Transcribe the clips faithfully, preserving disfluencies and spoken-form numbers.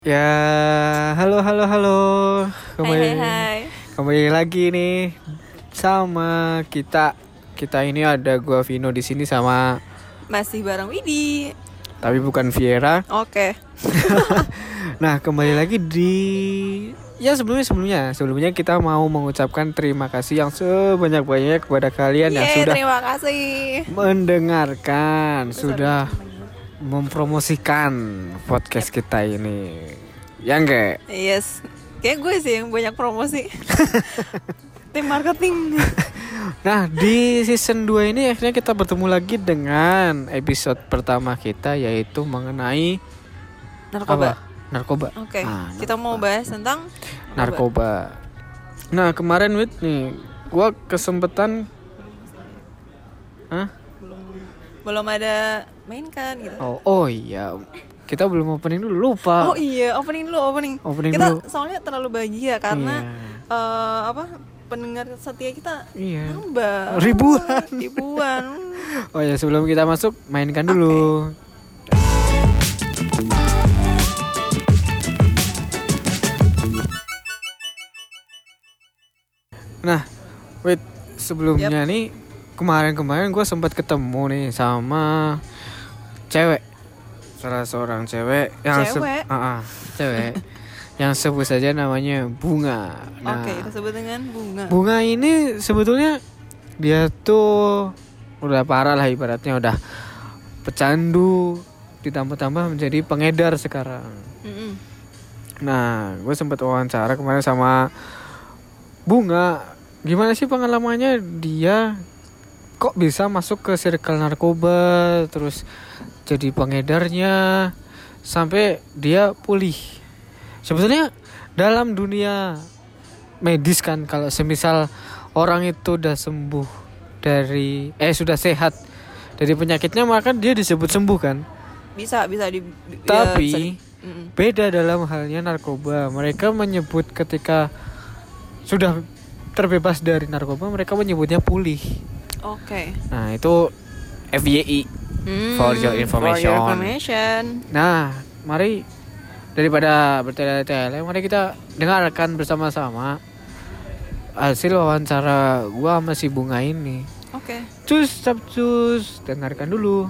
Ya, halo halo halo. Hai Kembali hai hai. kembali lagi nih sama kita. Kita ini ada gua Vino di sini sama Masih bareng Widi. tapi bukan Viera. Oke. Nah, kembali lagi di ya sebelumnya sebelumnya sebelumnya kita mau mengucapkan terima kasih yang sebanyak-banyaknya kepada kalian yang Yeay, sudah terima kasih. mendengarkan, Besar sudah banget. mempromosikan podcast kita ini. Ya enggak? Yes. Kayak gue sih yang banyak promosi. Tim marketing. Nah, di season dua ini akhirnya kita bertemu lagi dengan episode pertama kita, yaitu mengenai Narkoba. apa? Narkoba. Oke. Ah, Kita mau bahas tentang narkoba. narkoba. Nah, kemarin Wit nih, gua kesempatan Hah? Belum ada main kan gitu. Oh, oh iya. Kita belum opening dulu, lupa. Oh iya, opening dulu, opening. Opening kita dulu. soalnya terlalu bahagia karena Iya. eh, apa? Pendengar setia kita Iya. nambah. Ribuan. Ribuan. Oh ya, sebelum kita masuk, mainkan dulu. Nah, wait, sebelumnya nih kemarin-kemarin gue sempat ketemu nih sama cewek, salah seorang cewek yang se- Cewek? ah, ah, cewek yang sebut saja namanya Bunga. Nah, Oke, kita sebut dengan bunga. Bunga ini sebetulnya dia tuh udah parah lah, ibaratnya udah pecandu ditambah-tambah menjadi pengedar sekarang. Mm-mm. Nah, gue sempat wawancara kemarin sama Bunga. Gimana sih pengalamannya dia kok bisa masuk ke circle narkoba, terus jadi pengedarnya sampai dia pulih. Sebetulnya dalam dunia medis kan, kalau semisal orang itu udah sembuh dari eh sudah sehat dari penyakitnya, maka dia disebut sembuh kan. Bisa bisa di Tapi ya, bisa di- mm-mm. beda dalam halnya narkoba. Mereka menyebut ketika sudah terbebas dari narkoba, mereka menyebutnya pulih. Oke. Nah, itu F Y I. Hmm, For your information. For your information. Nah, mari daripada bertele-tele, mari kita dengarkan bersama-sama hasil wawancara gua sama si Bunga ini. Oke. Cus, capcus, dengarkan dulu.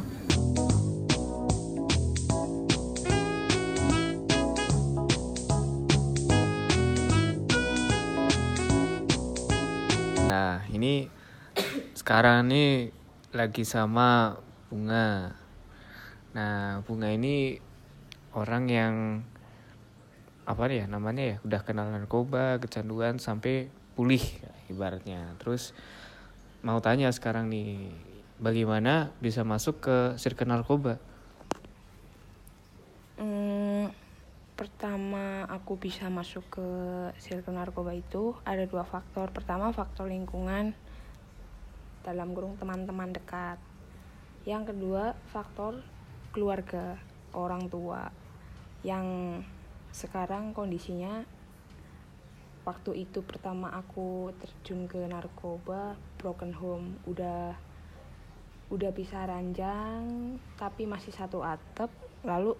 Nah, ini sekarang nih lagi sama Bunga. Nah, Bunga ini orang yang apa nih ya namanya ya, udah kenal narkoba, kecanduan sampai pulih ibaratnya. Terus mau tanya sekarang nih, bagaimana bisa masuk ke circle narkoba? Hmm, pertama aku bisa masuk ke circle narkoba itu ada dua faktor. Pertama, faktor lingkungan, dalam kurung teman-teman dekat. Yang kedua, faktor keluarga, orang tua yang sekarang kondisinya waktu itu pertama aku terjun ke narkoba broken home, udah udah bisa ranjang tapi masih satu atap, lalu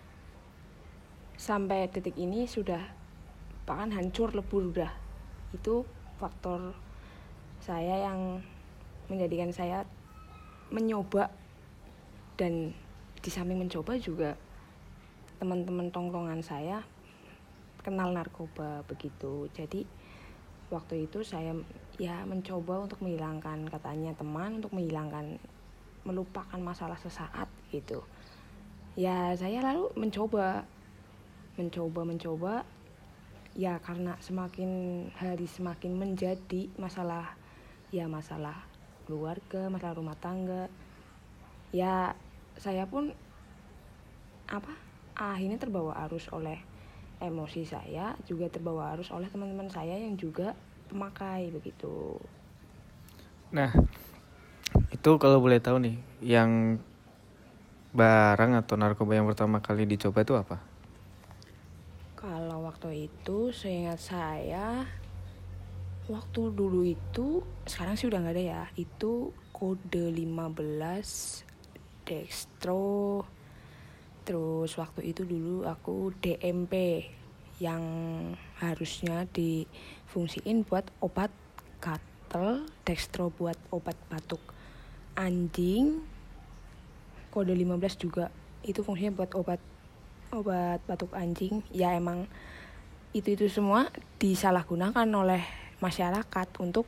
sampai detik ini sudah bahkan hancur lebur udah. Itu faktor saya yang menjadikan saya mencoba, dan di samping mencoba juga teman-teman tongkrongan saya kenal narkoba begitu. Jadi waktu itu saya ya mencoba untuk menghilangkan, katanya teman, untuk menghilangkan, melupakan masalah sesaat gitu. Ya saya lalu mencoba mencoba mencoba ya, karena semakin hari semakin menjadi masalah, ya masalah keluarga, masalah rumah tangga. Ya saya pun apa akhirnya terbawa arus oleh emosi saya, juga terbawa arus oleh teman-teman saya yang juga pemakai begitu. Nah, itu kalau boleh tahu nih, yang barang atau narkoba yang pertama kali dicoba itu apa? Kalau waktu itu seingat saya, waktu dulu itu, sekarang sih udah gak ada ya, itu kode lima belas dextro Terus waktu itu dulu aku D M P yang harusnya difungsiin buat obat gatel, dextro buat obat batuk anjing, kode lima belas juga itu fungsinya buat obat obat batuk anjing. Ya emang itu-itu semua disalahgunakan oleh masyarakat untuk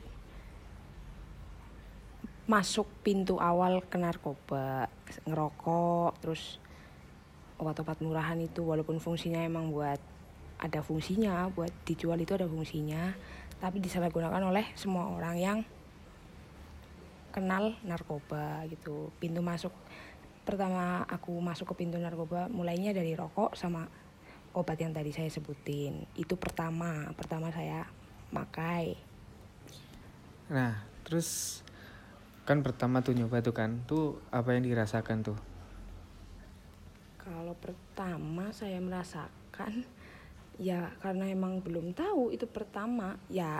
masuk pintu awal ke narkoba, ngerokok, terus obat-obat murahan itu walaupun fungsinya emang buat ada fungsinya, buat dijual itu ada fungsinya, tapi disalahgunakan oleh semua orang yang kenal narkoba gitu. Pintu masuk pertama aku masuk ke pintu narkoba mulainya dari rokok sama obat yang tadi saya sebutin. Itu pertama, pertama saya pakai. Nah, terus kan pertama tuh nyoba tuh kan, tuh apa yang dirasakan tuh? Kalau pertama saya merasakan ya karena emang belum tahu itu pertama ya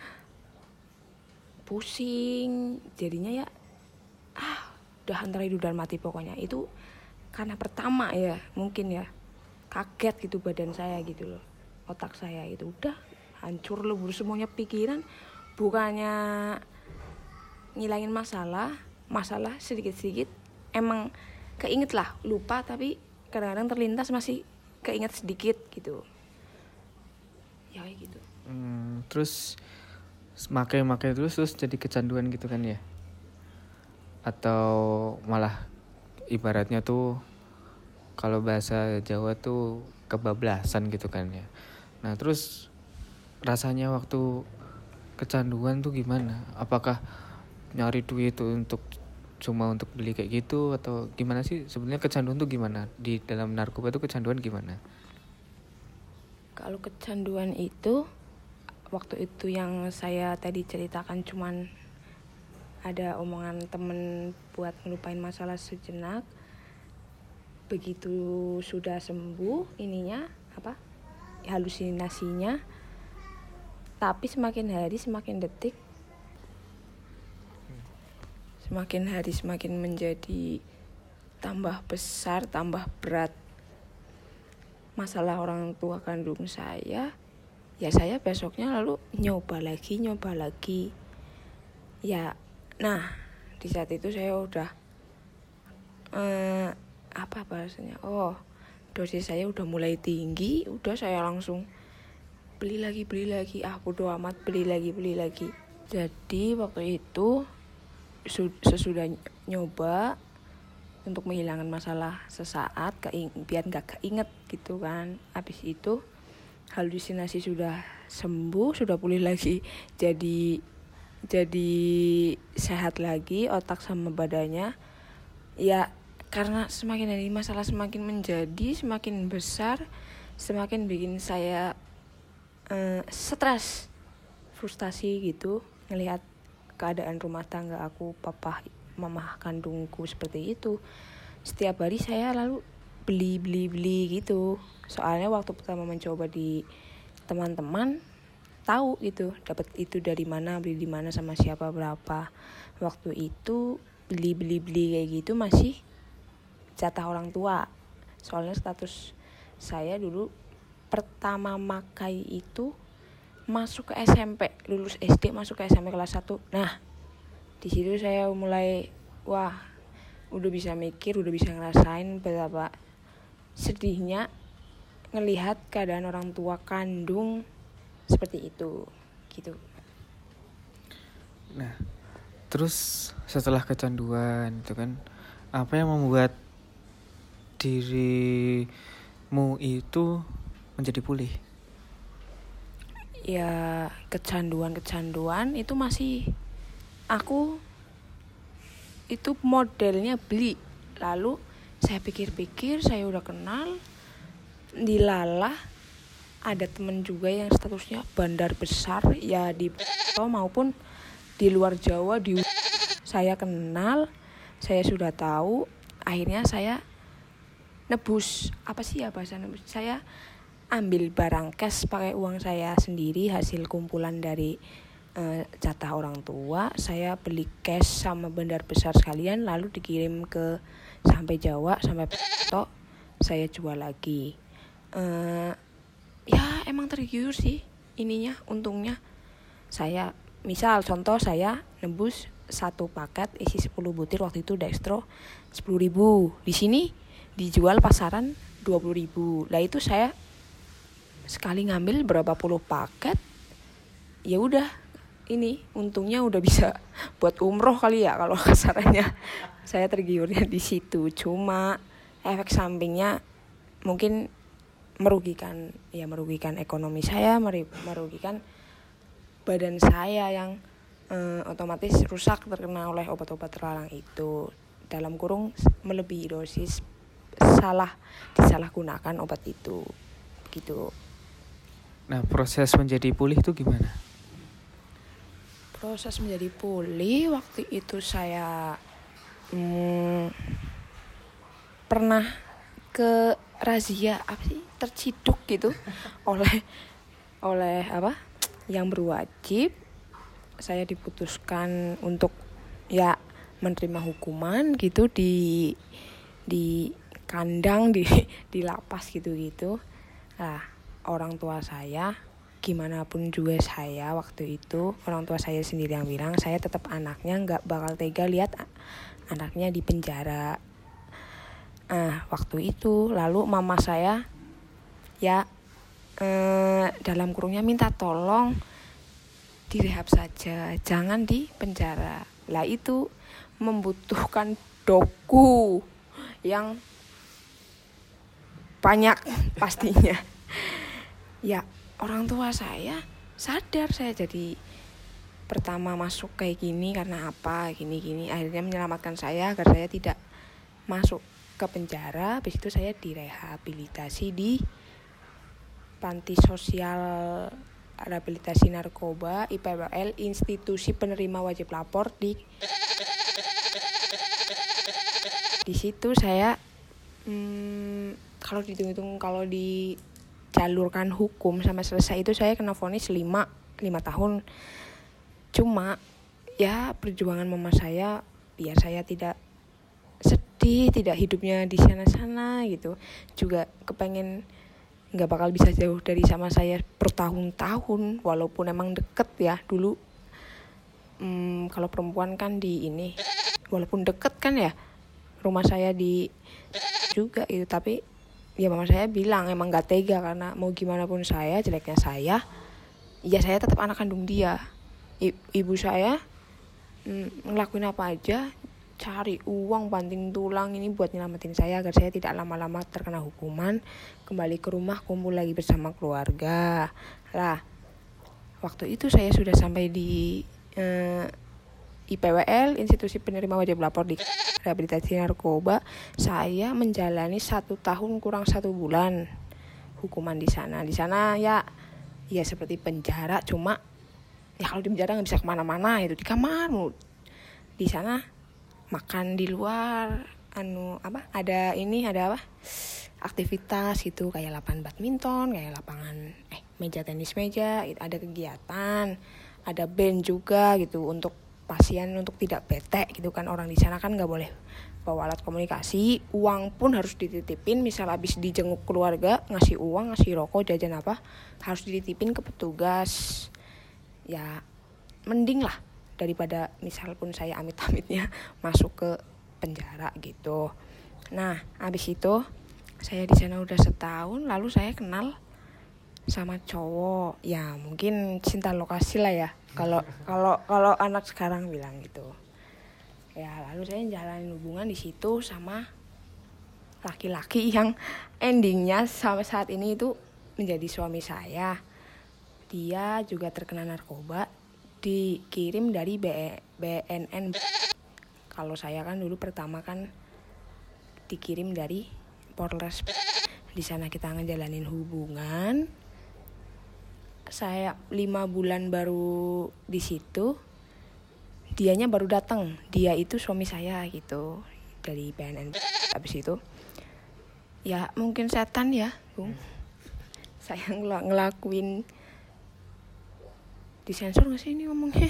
pusing jadinya ya ah udah antara hidup dan mati pokoknya. Itu karena pertama ya mungkin ya kaget gitu badan saya gitu loh, otak saya itu udah hancur lebur semuanya pikiran, bukannya ngilangin masalah masalah sedikit-sedikit emang keinget lah, lupa tapi kadang-kadang terlintas masih keinget sedikit gitu ya kayak gitu. Hmm, terus makai-makai terus terus jadi kecanduan gitu kan ya? Atau malah ibaratnya tuh kalau bahasa Jawa tuh kebablasan gitu kan ya? Nah terus rasanya waktu kecanduan tuh gimana? Apakah nyari duit tuh untuk cuma untuk beli kayak gitu atau gimana sih sebenarnya kecanduan tuh gimana di dalam narkoba tuh kecanduan gimana? Kalau kecanduan itu waktu itu yang saya tadi ceritakan cuman ada omongan temen buat ngelupain masalah sejenak. Begitu sudah sembuh ininya apa halusinasinya, tapi semakin hari semakin detik semakin hari semakin menjadi tambah besar, tambah berat masalah orang tua kandung saya. Ya saya besoknya lalu nyoba lagi, nyoba lagi. Ya, nah di saat itu saya udah eh, apa bahasanya? Oh, dosis saya udah mulai tinggi, udah saya langsung beli lagi, beli lagi. Ah, bodo amat, beli lagi, beli lagi. Jadi waktu itu sesudah nyoba untuk menghilangkan masalah sesaat keing- biar gak keinget gitu kan, habis itu halusinasi sudah sembuh, sudah pulih lagi, jadi jadi sehat lagi otak sama badannya. Ya karena semakin hari masalah semakin menjadi semakin besar, semakin bikin saya eh, stres, frustasi gitu ngelihat keadaan rumah tangga aku, papa mama kandungku seperti itu. Setiap hari saya lalu beli beli beli gitu. Soalnya waktu pertama mencoba di teman-teman tahu gitu dapat itu dari mana, beli di mana, sama siapa, berapa. Waktu itu beli beli beli kayak gitu masih jatah orang tua. Soalnya status saya dulu pertama makai itu masuk ke S M P, lulus S D masuk ke S M P kelas satu. Nah, di situ saya mulai wah, udah bisa mikir, udah bisa ngerasain betapa sedihnya ngelihat keadaan orang tua kandung seperti itu, gitu. Nah, terus setelah kecanduan itu kan apa yang membuat dirimu itu menjadi pulih? Ya kecanduan-kecanduan itu masih aku itu modelnya beli. Lalu saya pikir-pikir saya udah kenal, dilalah ada temen juga yang statusnya bandar besar ya di maupun di luar Jawa, di saya kenal, saya sudah tahu. Akhirnya saya nebus, apa sih ya bahasa nebus, saya ambil barang cash pakai uang saya sendiri hasil kumpulan dari uh, jatah orang tua. Saya beli cash sama bandar besar sekalian lalu dikirim ke sampai Jawa, sampai Tok. saya jual lagi. Uh, ya emang tergiur sih ininya, untungnya. Saya misal contoh saya nebus satu paket isi sepuluh butir waktu itu dextro sepuluh ribu. Di sini dijual pasaran dua puluh ribu. Lah itu saya sekali ngambil berapa puluh paket. Ya udah, ini untungnya udah bisa buat umroh kali ya kalau kasarannya. Saya tergiurnya di situ. Cuma efek sampingnya mungkin merugikan, ya merugikan ekonomi saya, merugikan badan saya yang eh, otomatis rusak terkena oleh obat-obat terlarang itu. Dalam kurung melebihi dosis, salah disalahgunakan obat itu. Begitu. Nah, proses menjadi pulih itu gimana? Proses menjadi pulih waktu itu saya hmm, pernah ke razia apa sih, terciduk gitu oleh oleh apa yang berwajib. Saya diputuskan untuk ya menerima hukuman gitu di di kandang, di di lapas gitu-gitu. Nah, orang tua saya, gimana pun juga saya waktu itu, orang tua saya sendiri yang bilang saya tetap anaknya, nggak bakal tega lihat anaknya di penjara. Ah, waktu itu lalu mama saya ya eh, dalam kurungnya minta tolong direhab saja, jangan di penjara. Lah itu membutuhkan doku yang banyak pastinya. Ya, orang tua saya sadar saya jadi pertama masuk kayak gini karena apa, gini-gini. Akhirnya menyelamatkan saya agar saya tidak masuk ke penjara. Habis itu saya direhabilitasi di Panti Sosial Rehabilitasi Narkoba I P W L, Institusi Penerima Wajib Lapor. Di di situ saya hmm, kalau dihitung-hitung, kalau dijalurkan hukum sampai selesai itu saya kena vonis lima tahun. Cuma ya perjuangan mama saya biar saya tidak sedih, tidak hidupnya di sana-sana gitu. Juga kepengen nggak bakal bisa jauh dari sama saya bertahun-tahun, walaupun emang deket ya dulu. Hmm, kalau perempuan kan di ini, walaupun deket kan ya rumah saya di juga itu, tapi ya mama saya bilang emang nggak tega karena mau gimana pun saya, jeleknya saya, ya saya tetap anak kandung dia. I- ibu saya mm, ngelakuin apa aja, cari uang banting tulang ini buat nyelamatin saya agar saya tidak lama-lama terkena hukuman, kembali ke rumah kumpul lagi bersama keluarga. Lah, waktu itu saya sudah sampai di eh, I P W L, Institusi Penerima Wajib Lapor di Rehabilitasi Narkoba. Saya menjalani satu tahun kurang satu bulan hukuman di sana. Di sana ya, ya seperti penjara, cuma ya kalau di penjara nggak bisa kemana-mana, itu di kamar. Di sana makan di luar, anu apa? Ada ini, ada apa? Aktivitas gitu kayak lapangan badminton, kayak lapangan eh meja tenis meja, ada kegiatan, ada band juga gitu untuk pasien untuk tidak bete gitu kan. Orang di sana kan nggak boleh bawa alat komunikasi, uang pun harus dititipin. Misal habis dijenguk keluarga, ngasih uang, ngasih rokok, jajan apa, harus dititipin ke petugas. Ya mending lah daripada misal pun saya amit-amitnya masuk ke penjara gitu. Nah, habis itu saya di sana udah setahun, lalu saya kenal sama cowok. Ya mungkin cinta lokasi lah ya. Kalau kalau kalau anak sekarang bilang gitu. Ya lalu saya jalanin hubungan di situ sama laki-laki yang endingnya sampai saat ini itu menjadi suami saya. Dia juga terkena narkoba, dikirim dari B N N. Kalau saya kan dulu pertama kan dikirim dari Polres. Di sana kita ngejalanin hubungan. Saya lima bulan baru di situ. Dianya baru datang. Dia itu suami saya gitu dari B N N. Habis itu ya mungkin setan ya, Bung. Saya ngel- ngelakuin disensor nggak sih ini ngomongnya?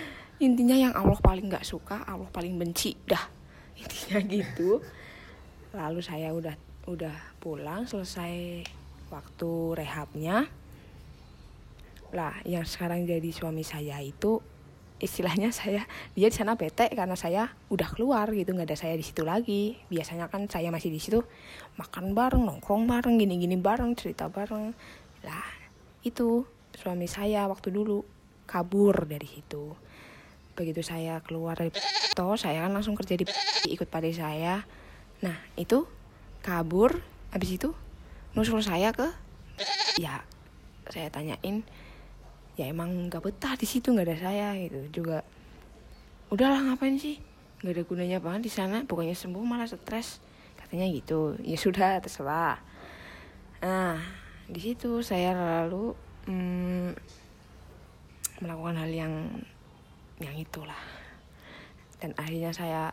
Intinya yang Allah paling nggak suka, Allah paling benci, dah intinya gitu. lalu saya udah udah pulang selesai waktu rehabnya. Lah yang sekarang jadi suami saya itu istilahnya saya dia di sana bete karena saya udah keluar gitu, nggak ada saya di situ lagi. Biasanya kan saya masih di situ makan bareng, nongkrong bareng, gini-gini bareng, cerita bareng. Lah itu suami saya waktu dulu kabur dari situ. Begitu saya keluar dari toh saya kan langsung kerja di ikut pade saya. Nah itu kabur, habis itu nusul saya ke ya saya tanyain, ya emang nggak betah di situ, nggak ada saya gitu juga. Udahlah ngapain sih, nggak ada gunanya banget di sana, bukannya sembuh malah stres katanya gitu. Ya sudah terserah. Nah di situ saya lalu hmm, melakukan hal yang yang itulah, dan akhirnya saya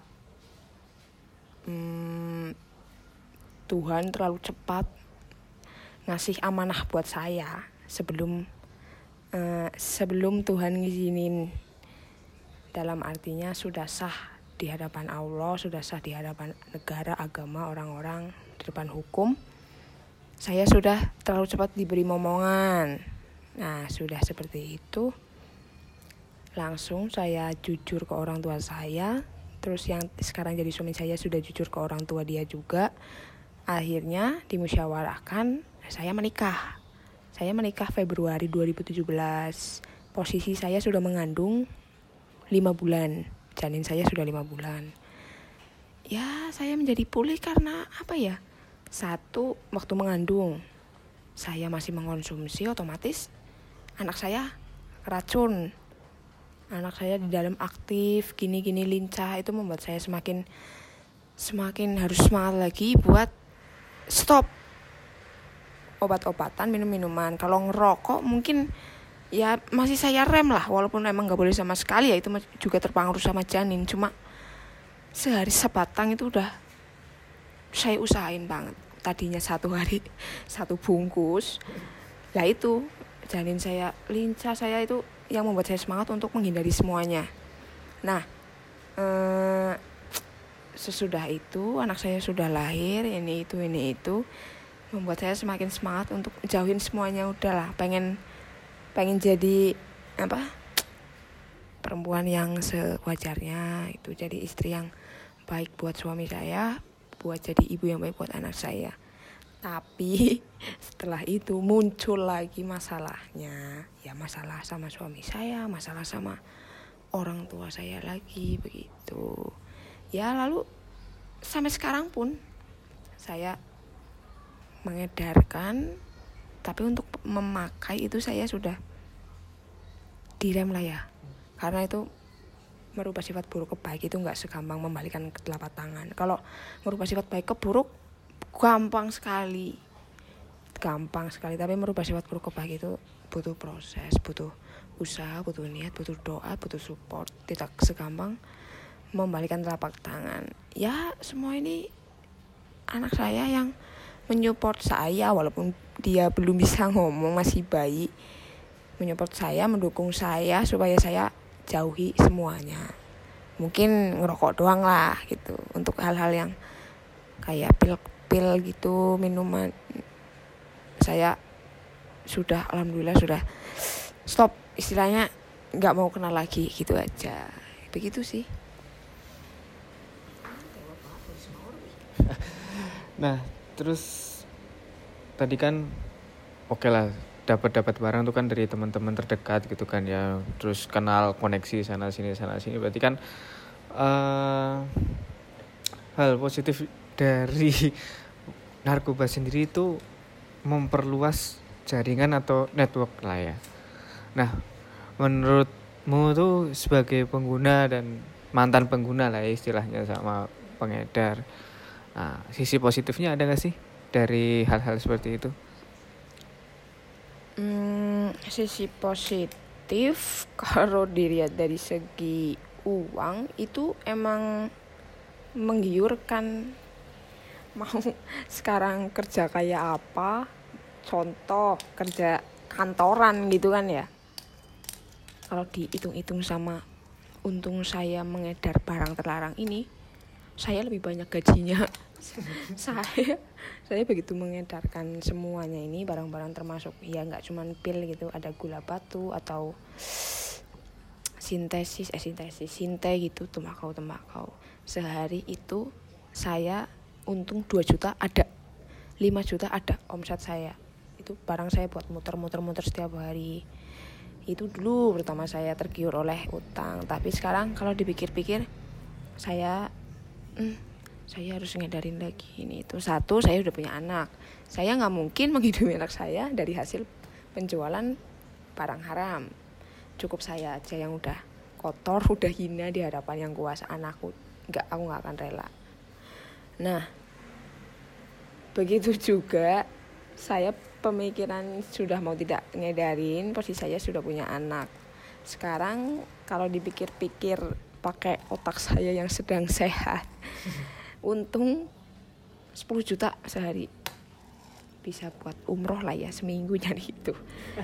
hmm, Tuhan terlalu cepat ngasih amanah buat saya sebelum Uh, sebelum Tuhan ngizinin, dalam artinya sudah sah di hadapan Allah, sudah sah di hadapan negara, agama, orang-orang, di depan hukum. Saya sudah terlalu cepat diberi momongan. Nah sudah seperti itu, langsung saya jujur ke orang tua saya. Terus yang sekarang jadi suami saya sudah jujur ke orang tua dia juga. Akhirnya dimusyawarahkan saya menikah. Saya menikah Februari dua ribu tujuh belas. Posisi saya sudah mengandung lima bulan. Janin saya sudah lima bulan. Ya, saya menjadi pulih karena apa ya? Satu, waktu mengandung saya masih mengkonsumsi, otomatis anak saya racun. Anak saya di dalam aktif, gini-gini lincah, itu membuat saya semakin semakin harus semangat lagi buat stop obat-obatan, minum-minuman. Kalau ngerokok mungkin ya masih saya rem lah, walaupun emang gak boleh sama sekali ya, itu juga terpengaruh sama janin. Cuma sehari sebatang itu udah saya usahain banget. Tadinya satu hari satu bungkus. Lah itu janin saya lincah, saya itu yang membuat saya semangat untuk menghindari semuanya. Nah eh, sesudah itu anak saya sudah lahir, ini itu ini itu membuat saya semakin semangat untuk jauhin semuanya. Udahlah, pengen pengen jadi apa perempuan yang sewajarnya, itu jadi istri yang baik buat suami saya, buat jadi ibu yang baik buat anak saya. Tapi setelah itu muncul lagi masalahnya, ya masalah sama suami saya, masalah sama orang tua saya lagi begitu. Ya lalu sampai sekarang pun saya mengedarkan, tapi untuk memakai itu saya sudah direm lah ya, karena itu merubah sifat buruk ke baik itu nggak segampang membalikan telapak tangan. Kalau merubah sifat baik ke buruk gampang sekali, gampang sekali, tapi merubah sifat buruk ke baik itu butuh proses, butuh usaha, butuh niat, butuh doa, butuh support. Tidak segampang membalikan telapak tangan. Ya semua ini anak saya yang menyupport saya, walaupun dia belum bisa ngomong, masih bayi, menyupport saya, mendukung saya supaya saya jauhi semuanya. Mungkin ngerokok doang lah gitu, untuk hal-hal yang kayak pil-pil gitu, minuman, saya sudah alhamdulillah sudah stop, istilahnya nggak mau kenal lagi gitu aja. Begitu sih. Nah, terus tadi kan oke okay lah, dapat-dapat barang tuh kan dari teman-teman terdekat gitu kan ya, terus kenal koneksi sana sini sana sini, berarti kan uh, hal positif dari narkoba sendiri itu memperluas jaringan atau network lah ya. Nah, menurutmu tuh sebagai pengguna dan mantan pengguna lah ya istilahnya sama pengedar, nah, sisi positifnya ada gak sih dari hal-hal seperti itu? Hmm, sisi positif kalau dilihat dari segi uang itu emang menggiurkan. Mau sekarang kerja kayak apa, contoh kerja kantoran gitu kan ya, kalau dihitung-hitung sama untung saya mengedar barang terlarang ini, saya lebih banyak gajinya. saya saya begitu mengedarkan semuanya ini barang-barang termasuk ya nggak cuman pil gitu, ada gula batu atau sintesis eh sintesis sinte gitu, tembakau tembakau sehari itu saya untung dua juta ada, lima juta ada omset saya. Itu barang saya buat muter-muter-muter setiap hari. Itu dulu pertama saya tergiur oleh utang. Tapi sekarang kalau dipikir-pikir saya hmm, saya harus ngedarin lagi ini itu. Satu, saya udah punya anak. Saya nggak mungkin menghidupi anak saya dari hasil penjualan barang haram. Cukup saya aja yang udah kotor, udah hina di hadapan yang kuasa. Anakku nggak, aku nggak akan rela. Nah, begitu juga saya pemikiran sudah mau tidak ngedarin, posisi saya sudah punya anak. Sekarang kalau dipikir-pikir pakai otak saya yang sedang sehat, untung sepuluh juta sehari. Bisa buat umroh lah ya seminggu jadi itu.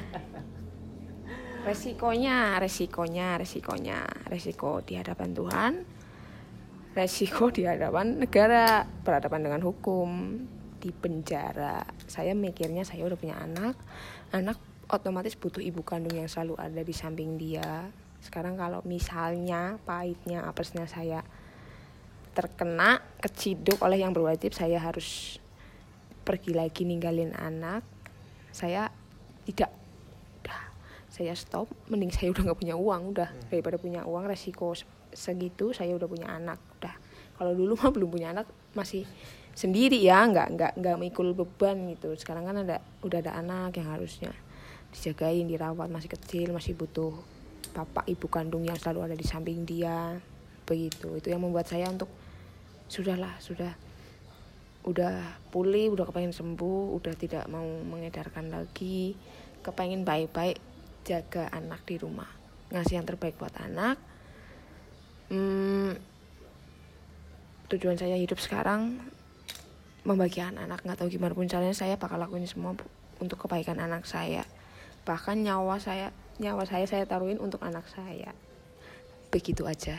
Resikonya, resikonya, resikonya, resiko di hadapan Tuhan, resiko di hadapan negara, berhadapan dengan hukum, di penjara. Saya mikirnya saya udah punya anak, anak otomatis butuh ibu kandung yang selalu ada di samping dia. Sekarang kalau misalnya pahitnya, apesnya saya terkena, keciduk oleh yang berwajib, saya harus pergi lagi ninggalin anak, saya tidak. Saya stop, mending saya udah nggak punya uang, udah daripada punya uang resiko segitu, saya udah punya anak, udah. Kalau dulu mah belum punya anak, masih sendiri ya, nggak nggak nggak mikul beban gitu. Sekarang kan ada udah ada anak yang harusnya dijagain, dirawat, masih kecil, masih butuh bapak ibu kandung yang selalu ada di samping dia, begitu. Itu yang membuat saya untuk sudahlah, sudah udah pulih, udah kepengen sembuh, udah tidak mau mengedarkan lagi, kepengen baik-baik jaga anak di rumah, ngasih yang terbaik buat anak. hmm, tujuan saya hidup sekarang membahagiakan anak, nggak tahu gimana pun caranya saya bakal lakuin semua untuk kebaikan anak saya, bahkan nyawa saya nyawa saya saya taruhin untuk anak saya, begitu aja.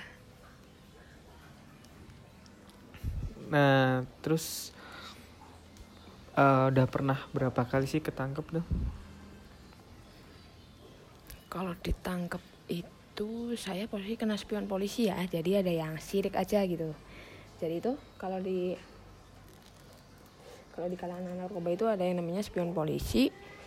Nah, terus uh, udah pernah berapa kali sih ketangkep tuh? Kalau ditangkep itu saya posisi kena spion polisi ya, jadi ada yang sirik aja gitu. Jadi itu kalau di kalau di kalangan narkoba itu ada yang namanya spion polisi.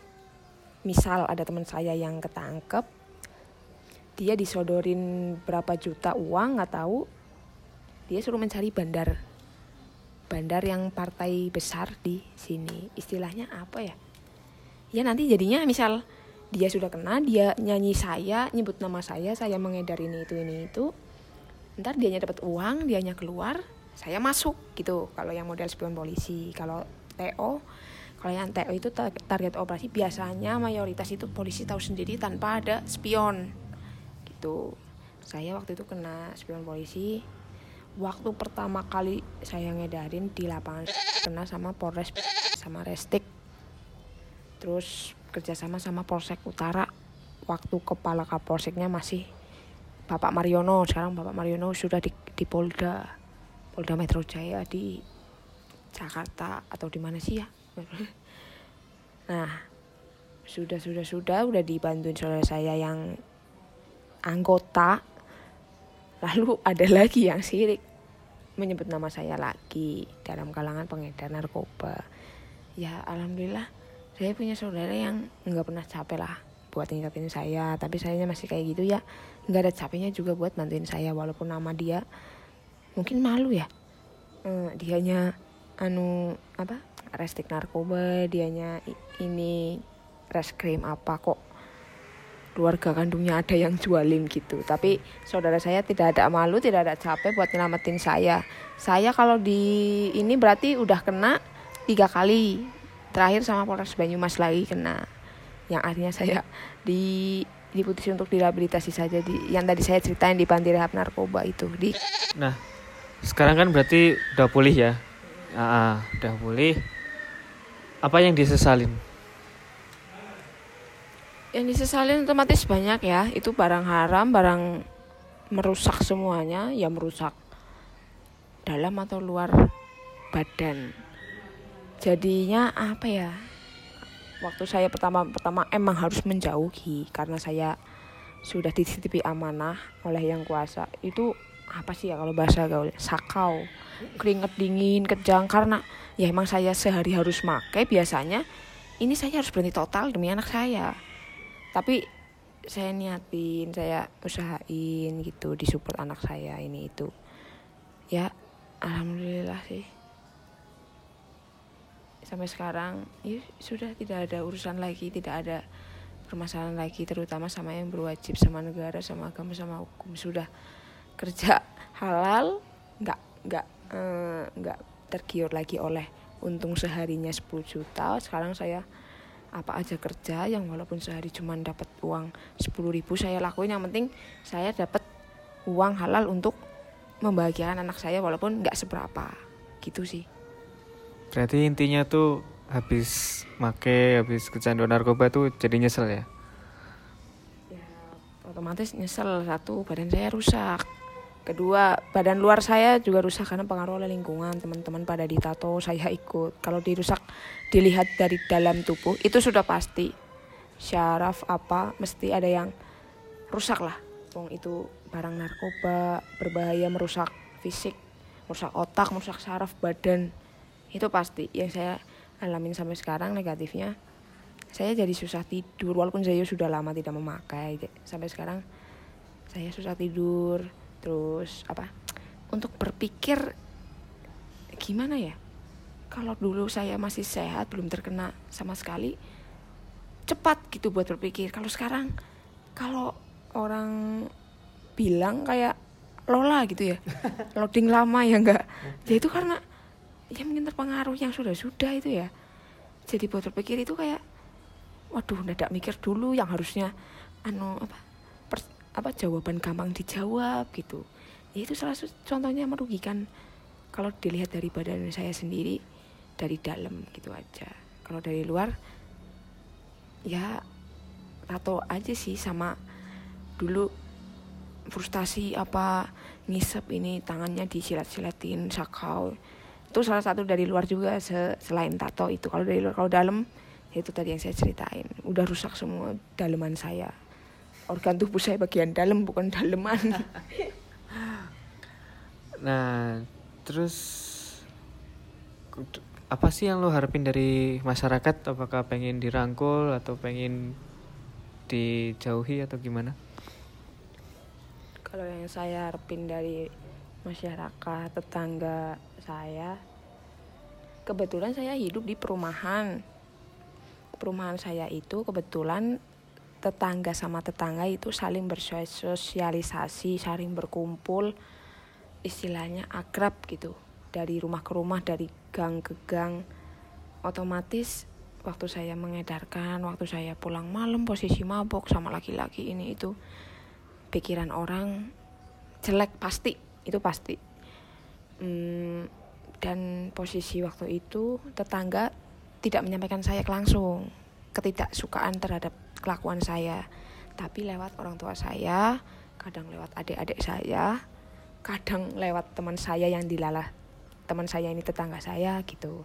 Misal ada teman saya yang ketangkep, dia disodorin berapa juta uang nggak tahu, dia suruh mencari bandar bandar yang partai besar di sini. Istilahnya apa ya? Ya nanti jadinya misal dia sudah kena, dia nyanyi saya, nyebut nama saya, saya mengedar ini itu ini itu. Ntar dianya dapat uang, dianya keluar, saya masuk gitu. Kalau yang model spion polisi, kalau T O, kalau yang T O itu target operasi biasanya mayoritas itu polisi tahu sendiri tanpa ada spion. Gitu. Saya waktu itu kena spion polisi. Waktu pertama kali saya ngedarin di lapangan kena sama Polres sama Restik. Terus kerjasama sama Polsek Utara. Waktu kepala Kapolseknya masih Bapak Mariono. Sekarang Bapak Mariono sudah di, di Polda Polda Metro Jaya di Jakarta atau di mana sih ya. Nah, sudah sudah sudah udah dibantuin saudara saya yang anggota. Lalu ada lagi yang sirik menyebut nama saya lagi dalam kalangan pengedar narkoba. Ya alhamdulillah saya punya saudara yang nggak pernah capek lah buat ngingetin saya, tapi sayanya masih kayak gitu ya, nggak ada capeknya juga buat bantuin saya walaupun nama dia mungkin malu ya, eh, dianya anu apa restik narkoba, dianya ini reskrim apa kok keluarga kandungnya ada yang jualin gitu. Tapi saudara saya tidak ada malu, tidak ada capek buat nyelamatin saya. Saya kalau di ini berarti udah kena tiga kali. Terakhir sama Polres Banyumas lagi kena. Yang artinya saya di diputusin untuk direhabilitasi saja di yang tadi saya ceritain di panti rehab narkoba itu di. Nah, sekarang kan berarti udah pulih ya. Ah, udah pulih. Apa yang disesalin? Yang disesalin otomatis banyak ya. Itu barang haram, barang merusak semuanya, ya merusak dalam atau luar badan. Jadinya apa ya, waktu saya pertama pertama emang harus menjauhi karena saya sudah dititipi amanah oleh yang kuasa. Itu apa sih ya kalau bahasa gaul, sakau, keringet dingin, kejang, karena ya emang saya sehari harus pakai. Biasanya ini saya harus berhenti total demi anak saya, tapi saya niatin, saya usahain gitu, disupport anak saya ini itu ya. Alhamdulillah sih sampai sekarang ya sudah tidak ada urusan lagi, tidak ada permasalahan lagi, terutama sama yang berwajib, sama negara, sama agama, sama hukum. Sudah kerja halal, nggak nggak eh, nggak tergiur lagi oleh untung seharinya sepuluh juta. Sekarang saya apa aja kerja yang walaupun sehari cuma dapat uang sepuluh ribu saya lakuin, yang penting saya dapat uang halal untuk membahagiakan anak saya walaupun nggak seberapa gitu sih. Berarti intinya tuh habis make, habis kecanduan narkoba tuh jadi nyesel ya? Ya otomatis nyesel. Satu, badan saya rusak. Kedua, badan luar saya juga rusak karena pengaruh oleh lingkungan. Teman-teman pada ditato, saya ikut. Kalau dirusak, dilihat dari dalam tubuh, itu sudah pasti. Syaraf apa, mesti ada yang rusak lah. Wong itu barang narkoba, berbahaya, merusak fisik, merusak otak, merusak saraf badan. Itu pasti. Yang saya alamin sampai sekarang negatifnya, saya jadi susah tidur. Walaupun saya sudah lama tidak memakai, sampai sekarang saya susah tidur. Terus apa, untuk berpikir gimana ya, kalau dulu saya masih sehat, belum terkena sama sekali, cepat gitu buat berpikir. Kalau sekarang, kalau orang bilang kayak Lola gitu ya, loading lama ya enggak, ya itu karena ya mungkin terpengaruh yang sudah-sudah itu ya. Jadi buat berpikir itu kayak waduh, ndadak mikir dulu yang harusnya anu apa per, apa jawaban gampang dijawab gitu. Ya itu salah satu contohnya merugikan kalau dilihat dari badan saya sendiri dari dalam gitu aja. Kalau dari luar ya tato aja sih, sama dulu frustasi apa ngisep ini tangannya disilat-silatin sakau. Itu salah satu dari luar juga selain tato itu. Kalau dari luar, kalau dalam itu tadi yang saya ceritain, udah rusak semua daleman saya. Organ tubuh saya bagian dalam bukan daleman. Nah, terus apa sih yang lo harapin dari masyarakat? Apakah pengen dirangkul atau pengen dijauhi atau gimana? Kalau yang saya harapin dari masyarakat, tetangga saya, kebetulan saya hidup di perumahan. Perumahan saya itu kebetulan tetangga sama tetangga itu saling bersosialisasi, saling berkumpul, istilahnya akrab gitu. Dari rumah ke rumah, dari gang ke gang. Otomatis waktu saya mengedarkan, waktu saya pulang malam posisi mabok sama laki-laki ini itu, pikiran orang jelek pasti, itu pasti. Hmm, dan posisi waktu itu tetangga tidak menyampaikan saya langsung ketidaksukaan terhadap kelakuan saya, tapi lewat orang tua saya, kadang lewat adik-adik saya, kadang lewat teman saya yang dilalah, teman saya ini tetangga saya gitu.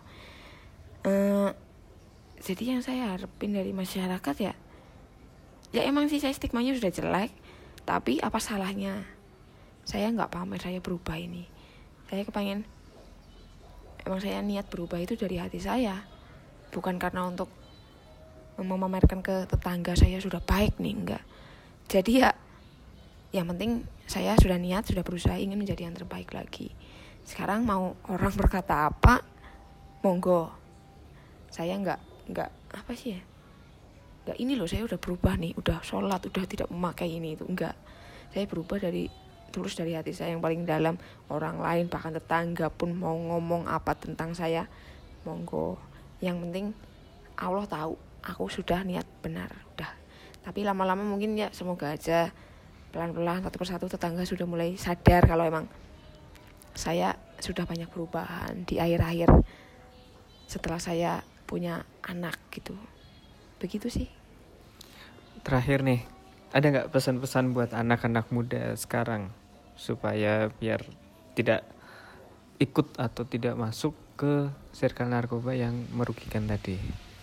Uh, jadi yang saya harapin dari masyarakat ya, ya emang sih saya stigmanya sudah jelek, tapi apa salahnya saya nggak pamer saya berubah ini. Saya kepengen, emang saya niat berubah itu dari hati saya, bukan karena untuk memamerkan ke tetangga saya sudah baik nih, enggak. Jadi ya yang penting saya sudah niat, sudah berusaha ingin menjadi yang terbaik lagi. Sekarang mau orang berkata apa, monggo. Saya enggak enggak apa sih ya, enggak ini loh saya udah berubah nih, udah sholat, udah tidak memakai ini itu, enggak. Saya berubah dari tulus dari hati saya yang paling dalam. Orang lain bahkan tetangga pun mau ngomong apa tentang saya, monggo. Yang penting Allah tahu aku sudah niat benar, udah. Tapi lama-lama mungkin ya semoga aja pelan-pelan satu persatu tetangga sudah mulai sadar kalau emang saya sudah banyak perubahan di akhir-akhir setelah saya punya anak gitu. Begitu sih. Terakhir nih, ada nggak pesan-pesan buat anak-anak muda sekarang supaya biar tidak ikut atau tidak masuk ke circle narkoba yang merugikan tadi?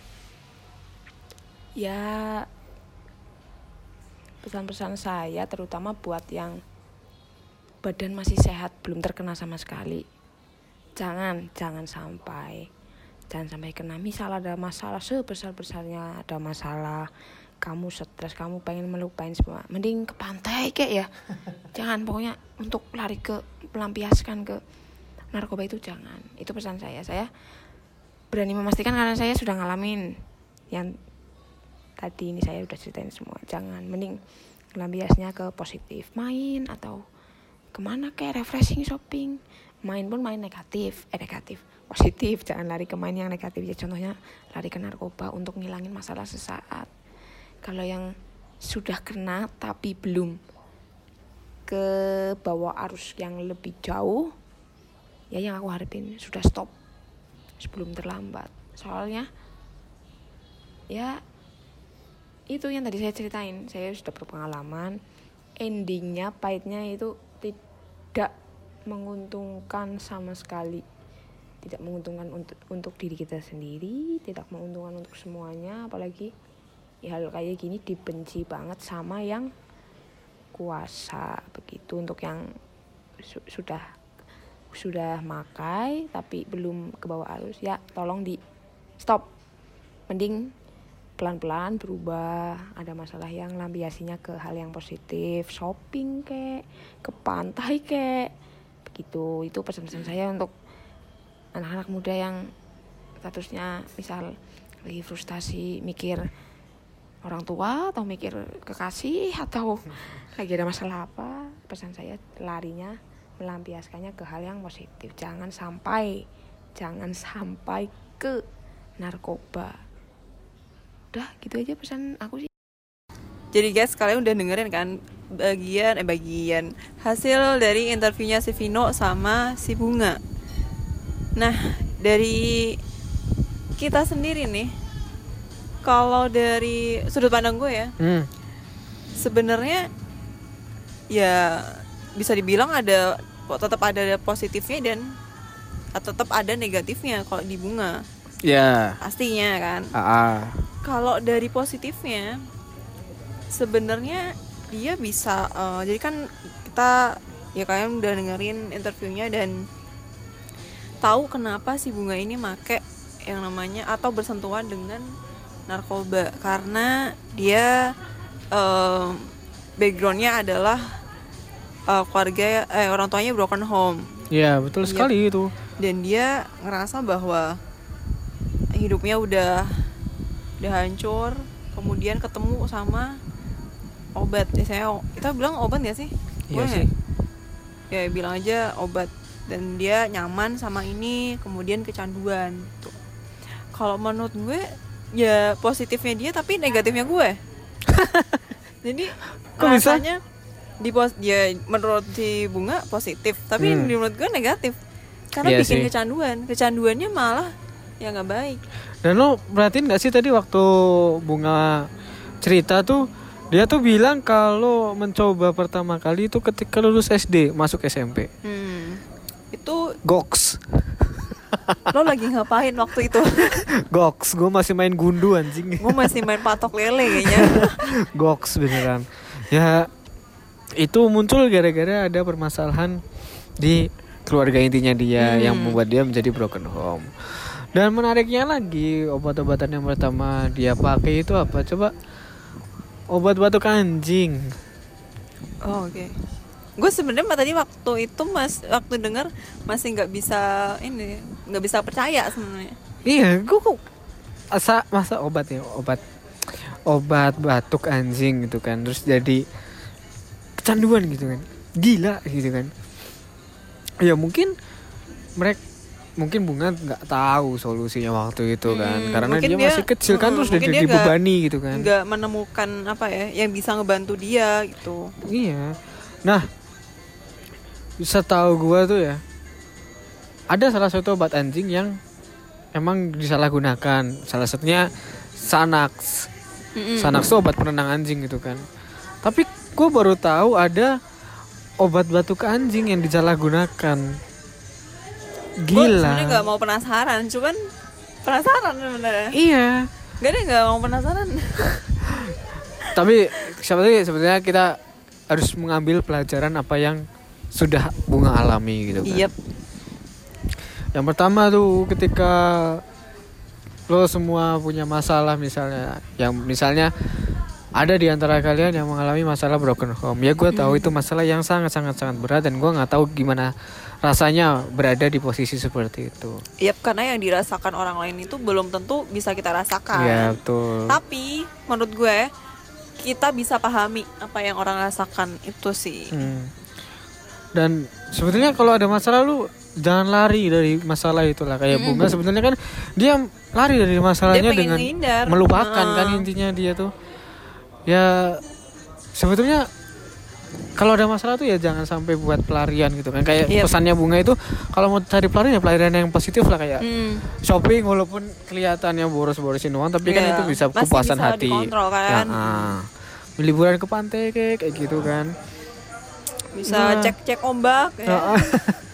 Ya, pesan-pesan saya terutama buat yang badan masih sehat, belum terkena sama sekali. Jangan, jangan sampai. Jangan sampai kena. Misal ada masalah, sebesar-besarnya ada masalah, kamu stres, kamu pengen melupain semua, mending ke pantai kayak ya. Jangan, pokoknya untuk lari ke, melampiaskan ke narkoba itu jangan. Itu pesan saya. Saya berani memastikan karena saya sudah ngalamin yang tadi ini saya udah ceritain semua. Jangan, mending lampiasnya ke positif, main atau kemana kayak refreshing, shopping. Main pun main negatif, eh negatif, positif. Jangan lari ke main yang negatif ya. Contohnya lari ke narkoba untuk ngilangin masalah sesaat. Kalau yang sudah kena tapi belum ke bawah arus yang lebih jauh, ya yang aku harapin sudah stop sebelum terlambat. Soalnya ya itu yang tadi saya ceritain, saya sudah berpengalaman, endingnya pahitnya itu tidak menguntungkan sama sekali, tidak menguntungkan untuk untuk diri kita sendiri, tidak menguntungkan untuk semuanya, apalagi ya hal kayak gini dibenci banget sama yang kuasa. Begitu untuk yang su- sudah sudah makai tapi belum ke bawah arus, ya tolong di stop, mending pelan-pelan berubah. Ada masalah yang lampiasinya ke hal yang positif, shopping kek, ke pantai kek, begitu. Itu pesan-pesan saya untuk anak-anak muda yang statusnya misal lagi frustasi mikir orang tua atau mikir kekasih atau lagi ada masalah apa. Pesan saya larinya, melampiaskannya ke hal yang positif. Jangan sampai jangan sampai ke narkoba. Udah gitu aja pesan aku sih. Jadi guys, kalian udah dengerin kan bagian eh bagian hasil dari interviewnya si Vino sama si Bunga. Nah, dari kita sendiri nih, kalau dari sudut pandang gue ya, Hmm. sebenarnya ya bisa dibilang ada tetap ada positifnya dan tetap ada negatifnya kalau di Bunga. Ya. Pastinya kan. Ah. Kalau dari positifnya sebenarnya dia bisa uh, jadi kan kita ya kalian udah dengerin interviewnya dan tahu kenapa si Bunga ini make yang namanya atau bersentuhan dengan narkoba, karena dia uh, backgroundnya adalah uh, keluarga eh, orang tuanya broken home. Ya betul sekali itu. Dan dia ngerasa bahwa hidupnya udah udah hancur, kemudian ketemu sama obat. Biasanya kita bilang obat nggak sih? Iya Boleh sih. Ya bilang aja obat. Dan dia nyaman sama ini, kemudian kecanduan. Tuh. Kalau menurut gue ya positifnya dia tapi negatifnya gue. Jadi kok bisa? rasanya di pos ya menurut si Bunga positif, tapi Hmm. menurut gue negatif. Karena Iya bikin sih. kecanduan. Kecanduannya malah ya nggak baik. Dan lo perhatiin gak sih tadi waktu Bunga cerita tuh, dia tuh bilang kalau mencoba pertama kali itu ketika lulus S D masuk S M P. Hmm. Itu Goks. lo lagi ngapain waktu itu? Goks, gue masih main gundu anjing. Gue masih main patok lele kayaknya. Goks beneran. Ya itu muncul gara-gara ada permasalahan di keluarga intinya dia Hmm. yang membuat dia menjadi broken home. Dan menariknya lagi, obat-obatan yang pertama dia pakai itu apa? Coba obat batuk anjing. Oh, oke. Okay. Gue sebenarnya tadi waktu itu mas waktu dengar masih nggak bisa ini nggak bisa percaya sebenarnya. Iya, gue kok asa masa obat ya obat obat batuk anjing gitu kan, terus jadi kecanduan gitu kan, gila gitu kan. Ya mungkin mereka mungkin Bunga nggak tahu solusinya waktu itu kan, Hmm, karena mungkin dia, dia- masih kecil kan, hmm, terus udah mungkin dia dibebani gitu kan. Nggak menemukan apa ya yang bisa ngebantu dia gitu. Iya. Nah, setahu gua tuh ya, ada salah satu obat anjing yang emang disalahgunakan. Salah satunya Xanax. Mm-mm. Xanax tuh obat penenang anjing gitu kan. Tapi gua baru tahu ada obat batuk anjing yang disalahgunakan. Gue Gila. sebenarnya nggak mau penasaran, cuman penasaran sebenarnya. Iya. Gak deh, nggak mau penasaran. Tapi sebetulnya sebetulnya kita harus mengambil pelajaran apa yang sudah Bunga alami gitu kan. Yep. Yang pertama tuh ketika lo semua punya masalah misalnya, yang misalnya ada di antara kalian yang mengalami masalah broken home, ya gue tahu itu masalah yang sangat sangat sangat berat dan gue nggak tahu gimana rasanya berada di posisi seperti itu. Yep, karena yang dirasakan orang lain itu belum tentu bisa kita rasakan. Iya betul. Tapi menurut gue kita bisa pahami apa yang orang rasakan itu sih. Hmm. Dan sebetulnya kalau ada masalah lu jangan lari dari masalah itulah. Kayak Bunga sebenarnya kan dia lari dari masalahnya Dia pengen dengan ngehindar. melupakan Uh. kan intinya dia tuh. Ya sebetulnya kalau ada masalah tuh ya jangan sampai buat pelarian gitu kan. Kayak Yep. pesannya Bunga itu kalau mau cari pelarian ya pelarian yang positif lah, kayak Hmm. shopping walaupun kelihatannya boros-borosin uang tapi kan Iya. itu bisa Masih kepuasan bisa hati. dikontrol kan. Ya, ah. Liburan ke pantai kayak kayak gitu kan. Bisa Nah. cek-cek ombak ya. Heeh.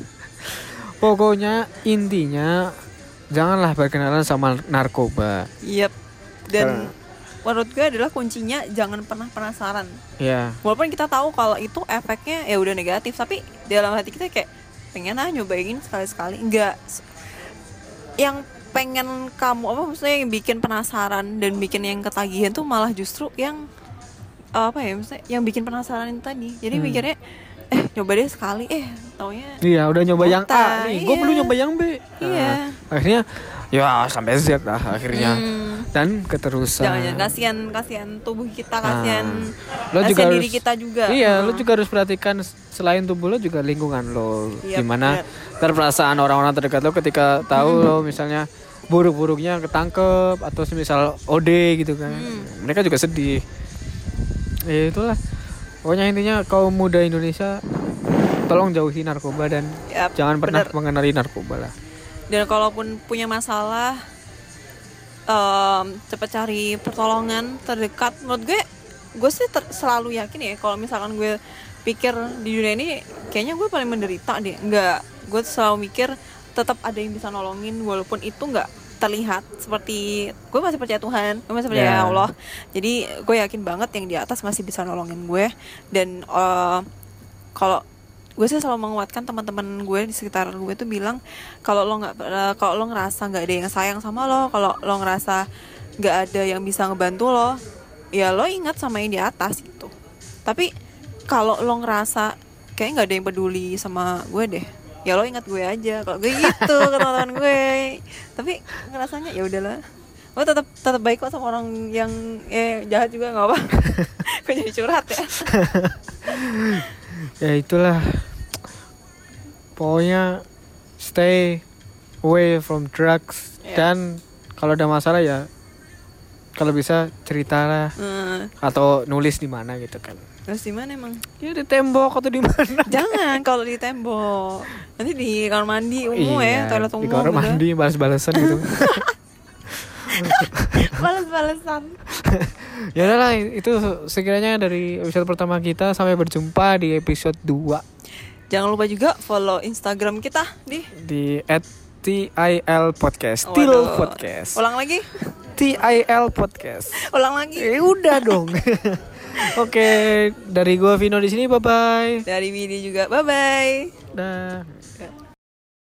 Pokoknya intinya janganlah berkenalan sama narkoba. Yep. Dan menurut gue adalah kuncinya jangan pernah penasaran. Ya. Walaupun kita tahu kalau itu efeknya ya udah negatif, tapi dalam hati kita kayak pengen ah nyobain sekali-sekali. Enggak. Yang pengen kamu apa maksudnya yang bikin penasaran dan bikin yang ketagihan tuh malah justru yang apa ya maksudnya yang bikin penasaran itu tadi. Jadi Hmm. mikirnya eh nyoba deh sekali eh taunya Iya, udah nyoba yang A Kota, nih, gue iya. perlu nyoba yang B. Iya. Nah, akhirnya ya sampai Z lah akhirnya. Hmm. Dan keterusan. Jangan-jangan kasihan kasihan tubuh kita, kasihan Lo juga kasihan harus, diri kita juga. Iya, Hmm. lo juga harus perhatikan selain tubuh lo juga lingkungan lo. Iya, Gimana bener. ntar perasaan orang-orang terdekat lo ketika tahu lo misalnya buruk-buruknya ketangkep atau semisal O D gitu kan. Hmm. Mereka juga sedih. Ya itulah. Pokoknya intinya kaum muda Indonesia tolong jauhi narkoba dan Yap, jangan pernah bener. mengenali narkoba lah. Dan kalaupun punya masalah em, cepat cari pertolongan terdekat. Menurut gue gue sih ter- selalu yakin ya kalau misalkan gue pikir di dunia ini kayaknya gue paling menderita deh. Enggak, gue selalu mikir tetap ada yang bisa nolongin walaupun itu enggak terlihat. Seperti gue masih percaya Tuhan, gue masih percaya Yeah. Allah. Jadi gue yakin banget yang di atas masih bisa nolongin gue. Dan eh, kalau gue sih selalu menguatkan teman-teman gue di sekitar gue tuh bilang kalau lo nggak uh, kalau lo ngerasa nggak ada yang sayang sama lo, kalau lo ngerasa nggak ada yang bisa ngebantu lo, ya lo ingat sama yang di atas gitu. Tapi kalau lo ngerasa kayak nggak ada yang peduli sama gue deh, ya lo ingat gue aja. Kalau gue gitu ke teman-teman gue, tapi ngerasanya ya udahlah, gue tetap tetap baik kok sama orang yang eh jahat juga nggak apa. Gue jadi curhat ya. Ya itulah. Pokoknya stay away from drugs. Yeah. Dan kalau ada masalah ya kalau bisa ceritalah Hmm, atau nulis di mana gitu kan. terus di mana emang? Ya di tembok atau di mana. Jangan kalau di tembok. Nanti di kamar mandi umum ya, toilet umum. di kamar gitu. mandi balas-balasan gitu. Balas-balasan. Ya udah lah, itu sekiranya dari episode pertama kita. Sampai berjumpa di episode dua Jangan lupa juga follow Instagram kita di di at T I L podcast. Til Waduh. podcast. Ulang lagi? T I L podcast. Ulang lagi. Eh udah dong. Oke, dari gua Vino di sini, bye bye. Dari Widi juga. Bye bye. Dah.